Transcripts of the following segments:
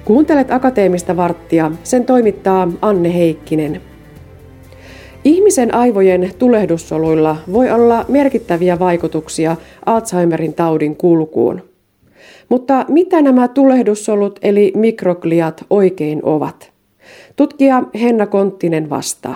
Kuuntelet Akateemista varttia, sen toimittaa Anne Heikkinen. Ihmisen aivojen tulehdussoluilla voi olla merkittäviä vaikutuksia Alzheimerin taudin kulkuun. Mutta mitä nämä tulehdussolut eli mikrogliat oikein ovat? Tutkija Henna Konttinen vastaa.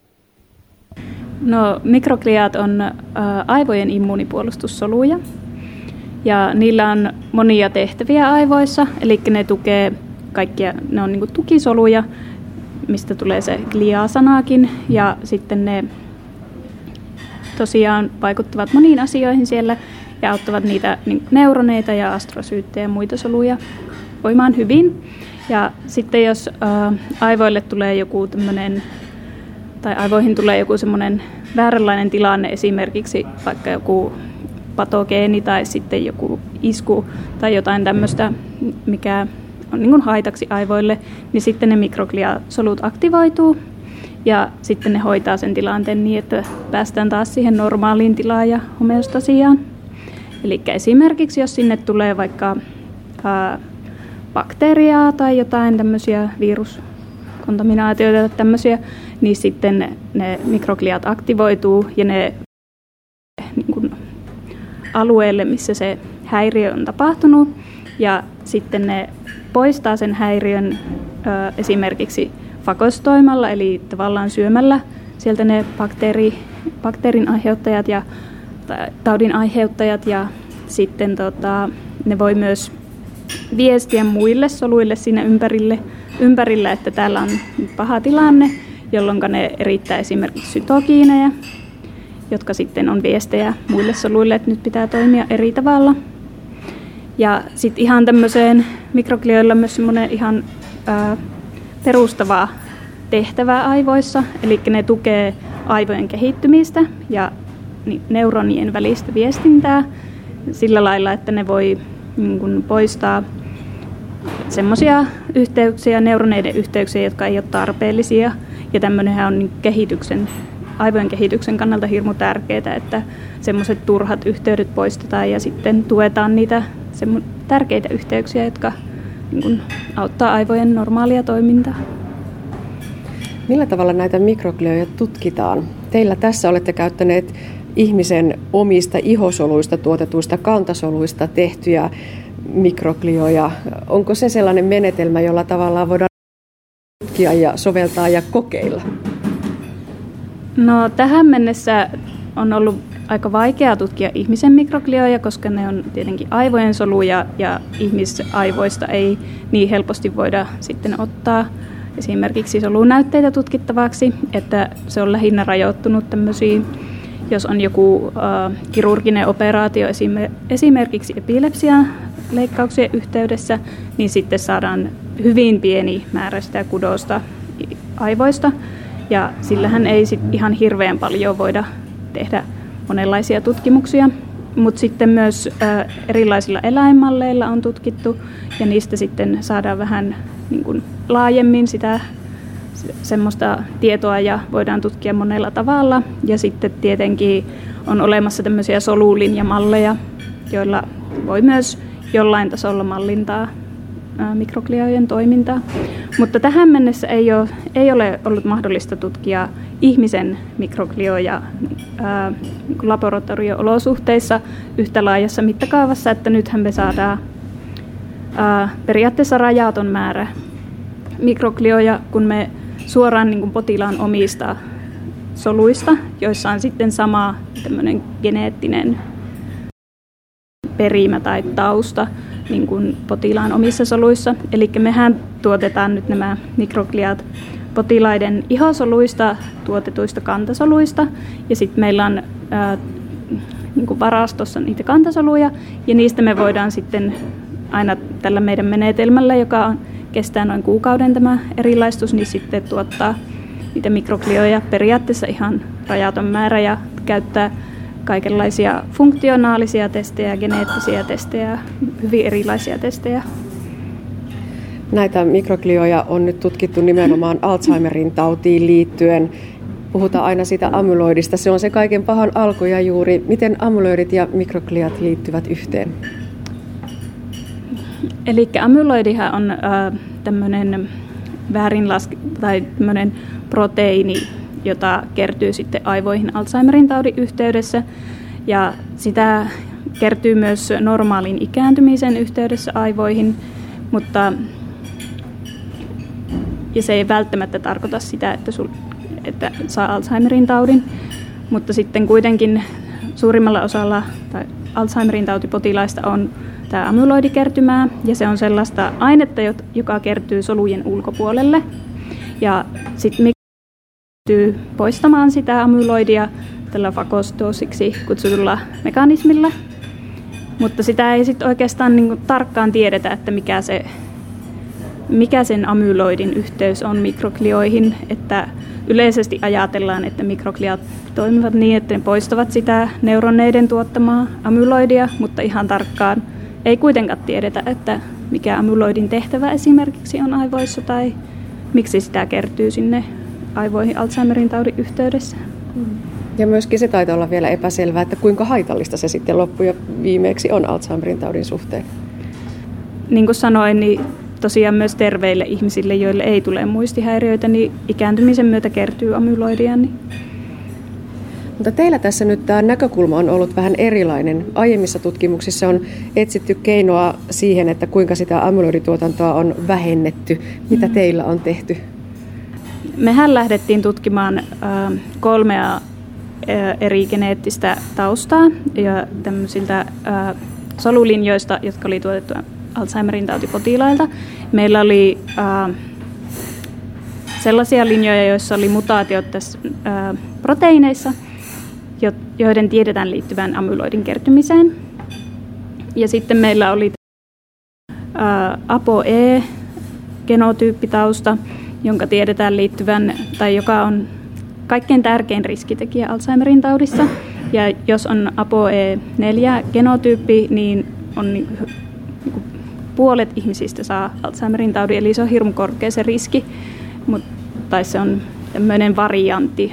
No, mikrogliat on aivojen immuunipuolustussoluja ja niillä on monia tehtäviä aivoissa, eli ne tukee kaikkia, ne on niin kuin tukisoluja, mistä tulee se glia-sanakin, ja sitten ne tosiaan vaikuttavat moniin asioihin siellä ja auttavat niitä niin neuroneita ja astrosyyttejä ja muita soluja voimaan hyvin. Ja sitten jos aivoille tulee joku tämmöinen, tai aivoihin tulee joku semmoinen vääränlainen tilanne, esimerkiksi vaikka joku patogeeni tai sitten joku isku tai jotain tämmöistä, mikä on niin kuin haitaksi aivoille, niin sitten ne mikrogliasolut aktivoituu ja sitten ne hoitaa sen tilanteen niin, että päästään taas siihen normaaliin tilaan ja homeostasiaan. Eli esimerkiksi jos sinne tulee vaikka bakteeriaa tai jotain tämmöisiä viruskontaminaatioita tai tämmöisiä, niin sitten ne mikrogliat aktivoituu ja ne niin kuin alueelle, missä se häiriö on tapahtunut, ja sitten ne poistaa sen häiriön esimerkiksi fagostoimalla, eli tavallaan syömällä sieltä ne bakteerin aiheuttajat ja taudin aiheuttajat, ja sitten ne voi myös viestiä muille soluille siinä ympärillä, että täällä on paha tilanne, jolloin ne erittää esimerkiksi sytokiineja, jotka sitten on viestejä muille soluille, että nyt pitää toimia eri tavalla. Ja sitten ihan tämmöiseen mikroglioilla myös semmoinen ihan perustava tehtävä aivoissa, eli ne tukee aivojen kehittymistä ja neuronien välistä viestintää sillä lailla, että ne voi niin kun poistaa semmoisia yhteyksiä, neuroneiden yhteyksiä, jotka ei ole tarpeellisia. Ja tämmöinenhän on niin aivojen kehityksen kannalta hirmu tärkeää, että semmoiset turhat yhteydet poistetaan ja sitten tuetaan niitä tärkeitä yhteyksiä, jotka niin kun auttaa aivojen normaalia toimintaa. Millä tavalla näitä mikroglioja tutkitaan? Teillä tässä olette käyttäneet ihmisen omista ihosoluista tuotetuista kantasoluista tehtyjä mikroglioja. Onko se sellainen menetelmä, jolla tavallaan voidaan tutkia ja soveltaa ja kokeilla? No, tähän mennessä on ollut aika vaikea tutkia ihmisen mikroglioja, koska ne on tietenkin aivojen soluja ja ihmisaivoista ei niin helposti voida sitten ottaa esimerkiksi solunäytteitä tutkittavaksi, että se on lähinnä rajoittunut tämmöisiin, jos on joku kirurginen operaatio esimerkiksi epilepsian leikkauksien yhteydessä, niin sitten saadaan hyvin pieni määrä sitä kudosta aivoista, ja sillähän ei sit ihan hirveän paljon voida tehdä monenlaisia tutkimuksia, mutta sitten myös erilaisilla eläinmalleilla on tutkittu, ja niistä sitten saadaan vähän niin kuin laajemmin sitä semmoista tietoa ja voidaan tutkia monella tavalla. Ja sitten tietenkin on olemassa tämmöisiä solulinjamalleja, joilla voi myös jollain tasolla mallintaa mikrogliojen toimintaa. Mutta tähän mennessä ei ole ollut mahdollista tutkia ihmisen mikroglioja laboratorio-olosuhteissa yhtä laajassa mittakaavassa, että nythän me saadaan periaatteessa rajaton määrä mikroglioja, kun me suoraan niin kuin potilaan omista soluista, joissa on sitten sama tämmöinen geneettinen perimä tai tausta niin kuin potilaan omissa soluissa. Eli mehän tuotetaan nyt nämä mikrogliat potilaiden ihosoluista tuotetuista kantasoluista, ja sitten meillä on niin kuin varastossa niitä kantasoluja, ja niistä me voidaan sitten aina tällä meidän menetelmällä, joka kestää noin kuukauden tämä erilaistus, niin sitten tuottaa niitä mikroglioja periaatteessa ihan rajaton määrä ja käyttää kaikenlaisia funktionaalisia testejä, geneettisiä testejä, hyvin erilaisia testejä. Näitä mikroglioja on nyt tutkittu nimenomaan Alzheimerin tautiin liittyen. Puhutaan aina siitä amyloidista. Se on se kaiken pahan alku ja juuri. Miten amyloidit ja mikrogliat liittyvät yhteen? Eli amyloidihan on tämmöinen tai tämmöinen proteiini, jota kertyy sitten aivoihin Alzheimerin taudin yhteydessä. Ja sitä kertyy myös normaalin ikääntymisen yhteydessä aivoihin, ja se ei välttämättä tarkoita sitä, että saa Alzheimerin taudin, mutta sitten kuitenkin suurimmalla osalla tai Alzheimerin tautipotilaista on tämä amyloidikertymää, ja se on sellaista ainetta, joka kertyy solujen ulkopuolelle. Ja sitten pystyy poistamaan sitä amyloidia tällä fagostoosiksi kutsutulla mekanismilla, mutta sitä ei sitten oikeastaan niin kuin tarkkaan tiedetä, että mikä sen amyloidin yhteys on mikroglioihin, että yleisesti ajatellaan, että mikrogliat toimivat niin, että ne poistavat sitä neuroneiden tuottamaa amyloidia, mutta ihan tarkkaan ei kuitenkaan tiedetä, että mikä amyloidin tehtävä esimerkiksi on aivoissa tai miksi sitä kertyy sinne aivoihin Alzheimerin taudin yhteydessä. Ja myöskin se taitaa olla vielä epäselvää, että kuinka haitallista se sitten loppu ja viimeeksi on Alzheimerin taudin suhteen. Niin kuin sanoin, niin tosiaan myös terveille ihmisille, joille ei tule muistihäiriöitä, niin ikääntymisen myötä kertyy amyloidia. Mutta teillä tässä nyt tämä näkökulma on ollut vähän erilainen. Aiemmissa tutkimuksissa on etsitty keinoa siihen, että kuinka sitä amyloidituotantoa on vähennetty. Mitä teillä on tehty? Mehän lähdettiin tutkimaan 3 eri geneettistä taustaa ja tämmöisiltä solulinjoista, jotka oli tuotettu Alzheimerin tautipotilailta. Meillä oli sellaisia linjoja, joissa oli mutaatiot tässä proteiineissa, joiden tiedetään liittyvän amyloidin kertymiseen. Ja sitten meillä oli ApoE-genotyyppitausta, jonka tiedetään liittyvän, tai joka on kaikkein tärkein riskitekijä Alzheimerin taudissa. Ja jos on ApoE4-genotyyppi, niin on puolet ihmisistä saa Alzheimerin taudin, eli se on hirmu korkea se riski, tai se on tämmöinen variantti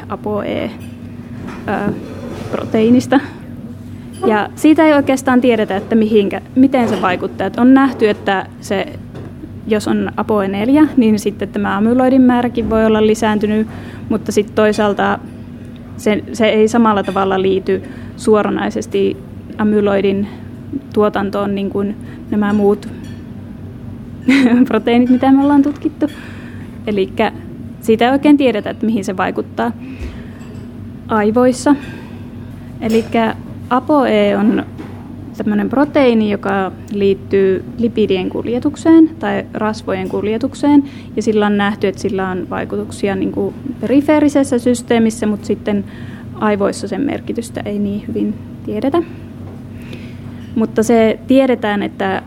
ApoE-proteiinista. Ja siitä ei oikeastaan tiedetä, että miten se vaikuttaa. On nähty, että jos on ApoE4, niin sitten tämä amyloidin määräkin voi olla lisääntynyt, mutta sitten toisaalta se ei samalla tavalla liity suoranaisesti amyloidin tuotantoon niin kuin nämä muut proteiinit, mitä me ollaan tutkittu. Eli siitä ei oikein tiedetä, että mihin se vaikuttaa aivoissa. Eli ApoE on tämmöinen proteiini, joka liittyy lipidien kuljetukseen tai rasvojen kuljetukseen, ja sillä on nähty, että sillä on vaikutuksia niin kuin perifeerisessä systeemissä, mutta sitten aivoissa sen merkitystä ei niin hyvin tiedetä. Mutta se tiedetään, että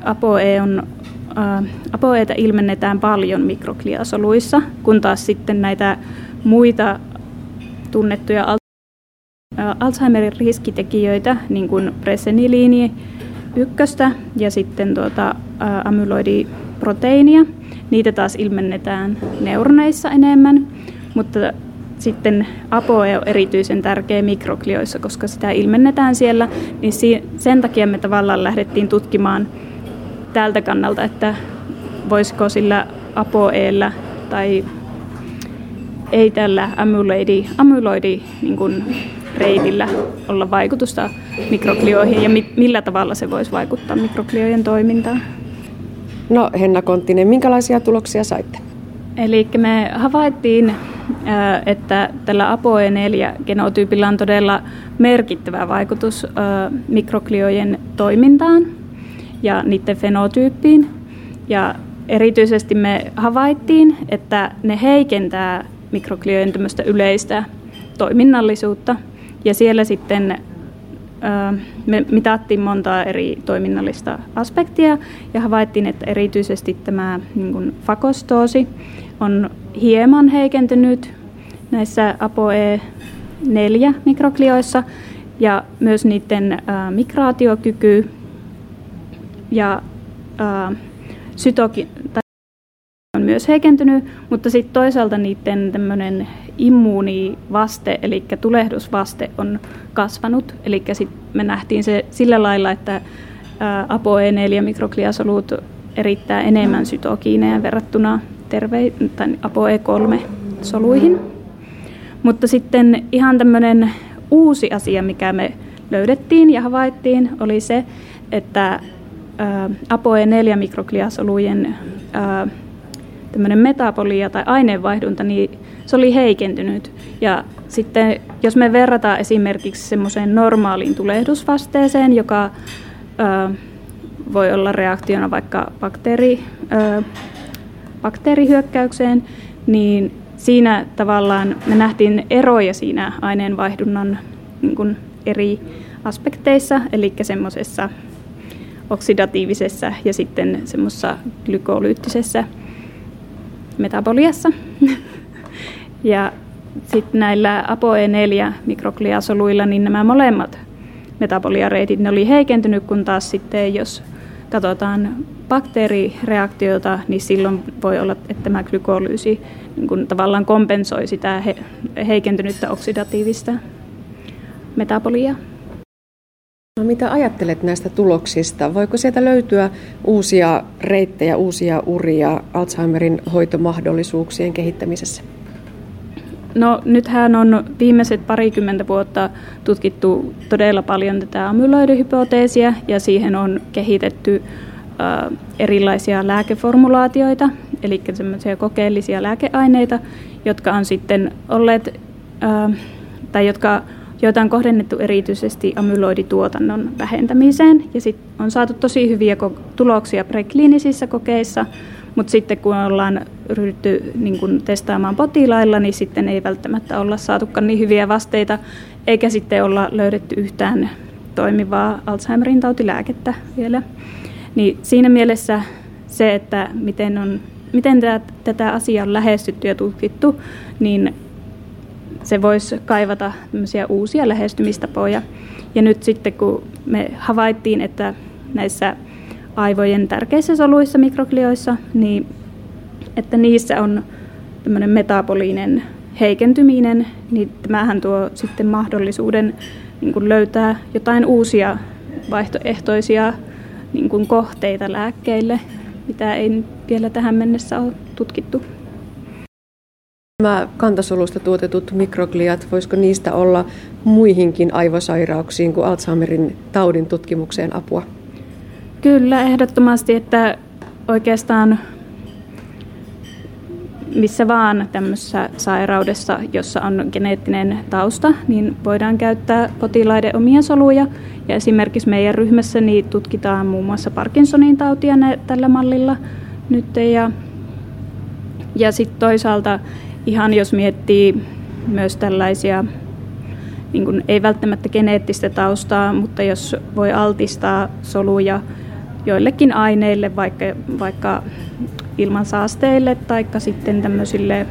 ApoEta ilmennetään paljon mikrogliasoluissa, kun taas sitten näitä muita tunnettuja Alzheimerin riskitekijöitä, niin kuin preseniliini 1 ja sitten amyloidiproteiinia, niitä taas ilmennetään neuroneissa enemmän, mutta sitten ApoE on erityisen tärkeä mikroglioissa, koska sitä ilmennetään siellä, niin sen takia me tavallaan lähdettiin tutkimaan tältä kannalta, että voisiko sillä ApoElla tai ei tällä amyloidi niin kuin reitillä olla vaikutusta mikroglioihin ja millä tavalla se voisi vaikuttaa mikrogliojen toimintaan. No Henna Konttinen, minkälaisia tuloksia saitte? Eli me havaittiin, että tällä ApoE4-genotyypillä on todella merkittävä vaikutus mikrogliojen toimintaan ja niiden fenotyyppiin. Ja erityisesti me havaittiin, että ne heikentää mikrogliojen tämmöistä yleistä toiminnallisuutta. Ja siellä sitten me mitattiin montaa eri toiminnallista aspektia ja havaittiin, että erityisesti tämä niin kuin fagostoosi on hieman heikentynyt näissä ApoE4-mikroglioissa ja myös niiden migraatiokyky ja on myös heikentynyt, mutta sitten toisaalta niiden tämmöinen immuunivaste, eli tulehdusvaste on kasvanut. Eli me nähtiin se sillä lailla, että ApoE4-mikrogliasolut erittää enemmän sytokiineja verrattuna ApoE3-soluihin. Mutta sitten ihan tämmöinen uusi asia, mikä me löydettiin ja havaittiin, oli se, että ApoE4-mikrogliasolujen tämmöinen metabolia tai aineenvaihdunta, niin se oli heikentynyt. Ja sitten jos me verrataan esimerkiksi semmoiseen normaaliin tulehdusvasteeseen, joka voi olla reaktiona vaikka bakteerihyökkäykseen, niin siinä tavallaan me nähtiin eroja siinä aineenvaihdunnan niin kuin eri aspekteissa, eli semmoisessa oksidatiivisessa ja sitten semmoisessa glykolyyttisessä metaboliassa. Ja sitten näillä ApoE4-mikrogliasoluilla niin nämä molemmat metaboliareitit ne oli heikentynyt, kun taas sitten jos katsotaan bakteerireaktiota, niin silloin voi olla, että tämä glykolyysi niin kun tavallaan kompensoi sitä heikentynyttä oksidatiivista metaboliaa. No, mitä ajattelet näistä tuloksista? Voiko sieltä löytyä uusia reittejä, uusia uria Alzheimerin hoitomahdollisuuksien kehittämisessä? No nythän on viimeiset 20 vuotta tutkittu todella paljon tätä amyloidihypoteesia ja siihen on kehitetty erilaisia lääkeformulaatioita, eli semmoisia kokeellisia lääkeaineita, jotka on sitten olleet, joita on kohdennettu erityisesti amyloidituotannon vähentämiseen. Ja sitten on saatu tosi hyviä tuloksia prekliinisissä kokeissa, mutta sitten kun ollaan ryhdytty niin kun testaamaan potilailla, niin sitten ei välttämättä olla saatukaan niin hyviä vasteita, eikä sitten olla löydetty yhtään toimivaa Alzheimerin tautilääkettä vielä. Niin siinä mielessä se, että miten tätä asiaa on lähestytty ja tutkittu, niin se voisi kaivata uusia lähestymistapoja. Ja nyt sitten kun me havaittiin, että näissä aivojen tärkeissä soluissa, mikroglioissa, niin että niissä on tämmöinen metabolinen heikentyminen, niin tämähän tuo sitten mahdollisuuden niin kuin löytää jotain uusia vaihtoehtoisia niin kuin kohteita lääkkeille, mitä ei vielä tähän mennessä ole tutkittu. Nämä kantasoluista tuotetut mikrogliat, voisiko niistä olla muihinkin aivosairauksiin kuin Alzheimerin taudin tutkimukseen apua? Kyllä, ehdottomasti, että oikeastaan missä vaan tämmöisessä sairaudessa, jossa on geneettinen tausta, niin voidaan käyttää potilaiden omia soluja. Ja esimerkiksi meidän ryhmässä niin tutkitaan muun muassa Parkinsonin tautia tällä mallilla nyt. Ja sitten toisaalta ihan jos miettii myös tällaisia, niin kun ei välttämättä geneettistä taustaa, mutta jos voi altistaa soluja joillekin aineille, vaikka ilmansaasteille tai sitten tämmöisille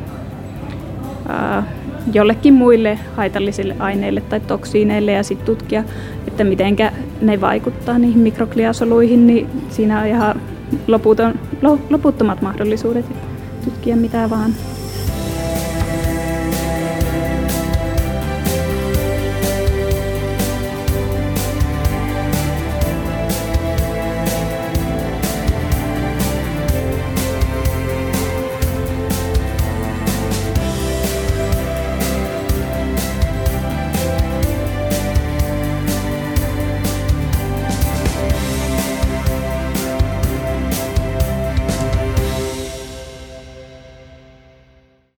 jollekin muille haitallisille aineille tai toksiineille ja sitten tutkia, että mitenkä ne vaikuttaa niihin mikrogliasoluihin, niin siinä on ihan loputtomat mahdollisuudet tutkia mitä vaan.